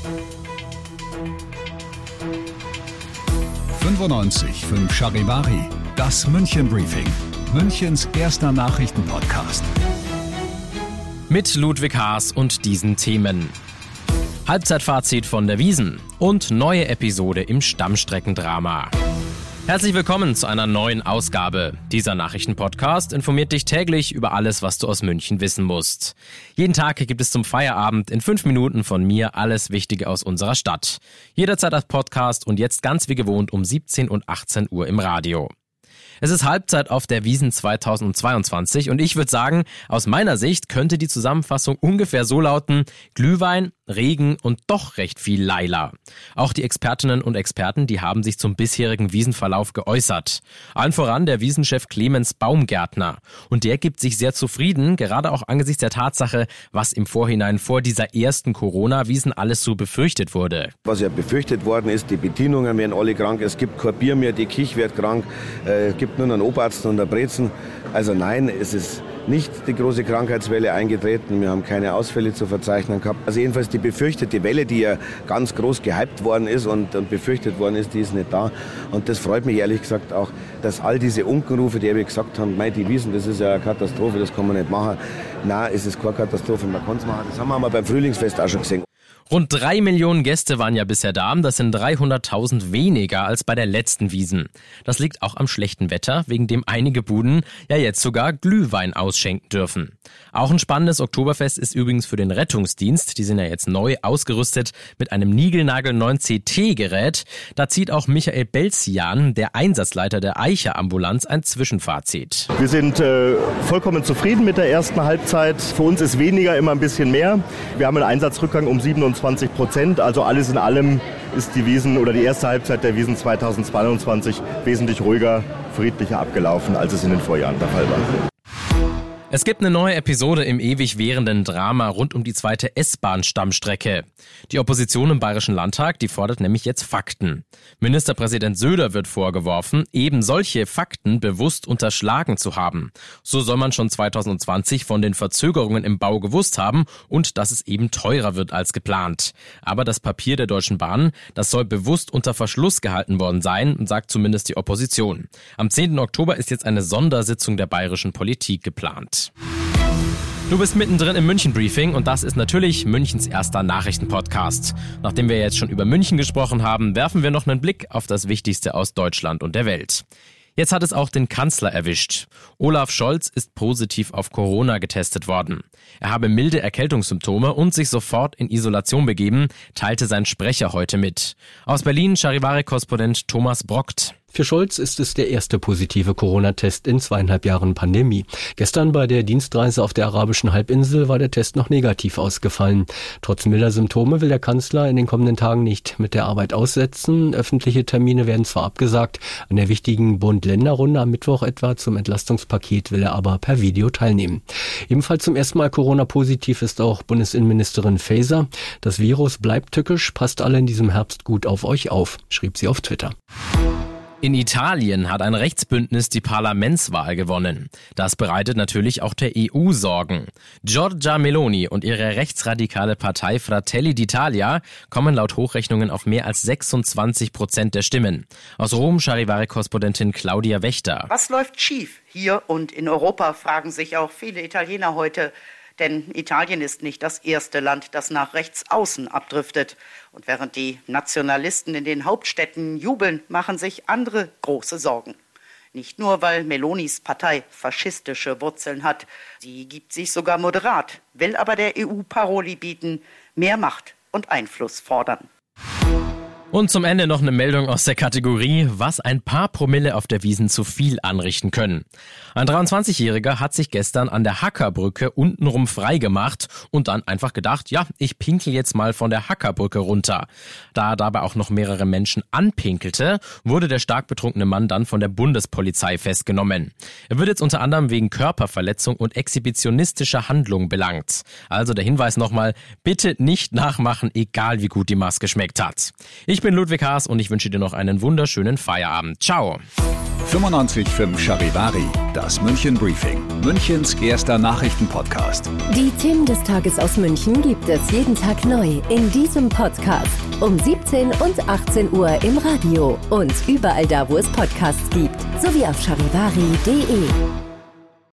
95.5 Charivari, das München Briefing, Münchens erster Nachrichtenpodcast. Mit Ludwig Haas und diesen Themen. Halbzeitfazit von der Wiesn und neue Episode im Stammstreckendrama. Herzlich willkommen zu einer neuen Ausgabe. Dieser Nachrichtenpodcast informiert dich täglich über alles, was du aus München wissen musst. Jeden Tag gibt es zum Feierabend in 5 Minuten von mir alles Wichtige aus unserer Stadt. Jederzeit als Podcast und jetzt ganz wie gewohnt um 17 und 18 Uhr im Radio. Es ist Halbzeit auf der Wiesn 2022 und ich würde sagen, aus meiner Sicht könnte die Zusammenfassung ungefähr so lauten: Glühwein, Regen und doch recht viel Laila. Auch die Expertinnen und Experten, die haben sich zum bisherigen Wiesenverlauf geäußert. Allen voran der Wiesenchef Clemens Baumgärtner. Und der gibt sich sehr zufrieden, gerade auch angesichts der Tatsache, was im Vorhinein vor dieser ersten Corona-Wiesn alles so befürchtet wurde. Was ja befürchtet worden ist, die Bedienungen werden alle krank, es gibt kein Bier mehr, die Kich wird krank, es gibt nur noch einen Oberarzt und einen Brezen. Also nein, es ist nicht die große Krankheitswelle eingetreten. Wir haben keine Ausfälle zu verzeichnen gehabt. Also jedenfalls die befürchtete Welle, die ja ganz groß gehypt worden ist und befürchtet worden ist, die ist nicht da. Und das freut mich ehrlich gesagt auch, dass all diese Unkenrufe, die gesagt haben, die Wiesn, das ist ja eine Katastrophe, das kann man nicht machen. Nein, es ist keine Katastrophe, man kann es machen. Das haben wir aber beim Frühlingsfest auch schon gesehen. Rund 3 Millionen Gäste waren ja bisher da, das sind 300.000 weniger als bei der letzten Wiesn. Das liegt auch am schlechten Wetter, wegen dem einige Buden ja jetzt sogar Glühwein ausschenken dürfen. Auch ein spannendes Oktoberfest ist übrigens für den Rettungsdienst, die sind ja jetzt neu ausgerüstet mit einem niegelnagelneuen CT-Gerät. Da zieht auch Michael Belzian, der Einsatzleiter der Eicher-Ambulanz, ein Zwischenfazit. Wir sind vollkommen zufrieden mit der ersten Halbzeit. Für uns ist weniger immer ein bisschen mehr. Wir haben einen Einsatzrückgang um 27%, also alles in allem ist die Wiesn oder die erste Halbzeit der Wiesn 2022 wesentlich ruhiger, friedlicher abgelaufen, als es in den Vorjahren der Fall war. Es gibt eine neue Episode im ewig währenden Drama rund um die zweite S-Bahn-Stammstrecke. Die Opposition im Bayerischen Landtag, die fordert nämlich jetzt Fakten. Ministerpräsident Söder wird vorgeworfen, eben solche Fakten bewusst unterschlagen zu haben. So soll man schon 2020 von den Verzögerungen im Bau gewusst haben und dass es eben teurer wird als geplant. Aber das Papier der Deutschen Bahn, das soll bewusst unter Verschluss gehalten worden sein, sagt zumindest die Opposition. Am 10. Oktober ist jetzt eine Sondersitzung der bayerischen Politik geplant. Du bist mittendrin im München-Briefing und das ist natürlich Münchens erster Nachrichtenpodcast. Nachdem wir jetzt schon über München gesprochen haben, werfen wir noch einen Blick auf das Wichtigste aus Deutschland und der Welt. Jetzt hat es auch den Kanzler erwischt. Olaf Scholz ist positiv auf Corona getestet worden. Er habe milde Erkältungssymptome und sich sofort in Isolation begeben, teilte sein Sprecher heute mit. Aus Berlin Charivari-Korrespondent Thomas Brockt. Für Scholz ist es der erste positive Corona-Test in 2,5 Jahren Pandemie. Gestern bei der Dienstreise auf der arabischen Halbinsel war der Test noch negativ ausgefallen. Trotz milder Symptome will der Kanzler in den kommenden Tagen nicht mit der Arbeit aussetzen. Öffentliche Termine werden zwar abgesagt, an der wichtigen Bund-Länder-Runde am Mittwoch etwa zum Entlastungspaket will er aber per Video teilnehmen. Ebenfalls zum ersten Mal Corona-positiv ist auch Bundesinnenministerin Faeser. Das Virus bleibt tückisch, passt alle in diesem Herbst gut auf euch auf, schrieb sie auf Twitter. In Italien hat ein Rechtsbündnis die Parlamentswahl gewonnen. Das bereitet natürlich auch der EU Sorgen. Giorgia Meloni und ihre rechtsradikale Partei Fratelli d'Italia kommen laut Hochrechnungen auf mehr als 26% der Stimmen. Aus Rom Charivari-Korrespondentin Claudia Wächter. Was läuft schief? Hier und in Europa fragen sich auch viele Italiener heute. Denn Italien ist nicht das erste Land, das nach rechts außen abdriftet. Und während die Nationalisten in den Hauptstädten jubeln, machen sich andere große Sorgen. Nicht nur, weil Melonis Partei faschistische Wurzeln hat. Sie gibt sich sogar moderat, will aber der EU Paroli bieten, mehr Macht und Einfluss fordern. Und zum Ende noch eine Meldung aus der Kategorie, was ein paar Promille auf der Wiesn zu viel anrichten können. Ein 23-Jähriger hat sich gestern an der Hackerbrücke untenrum freigemacht und dann einfach gedacht, ja, ich pinkel jetzt mal von der Hackerbrücke runter. Da er dabei auch noch mehrere Menschen anpinkelte, wurde der stark betrunkene Mann dann von der Bundespolizei festgenommen. Er wird jetzt unter anderem wegen Körperverletzung und exhibitionistischer Handlung belangt. Also der Hinweis nochmal, bitte nicht nachmachen, egal wie gut die Maske schmeckt hat. Ich bin Ludwig Haas und ich wünsche dir noch einen wunderschönen Feierabend. Ciao. 95.5 Charivari, das München Briefing, Münchens erster Nachrichtenpodcast. Die Themen des Tages aus München gibt es jeden Tag neu in diesem Podcast. Um 17 und 18 Uhr im Radio und überall da, wo es Podcasts gibt. Sowie auf charivari.de.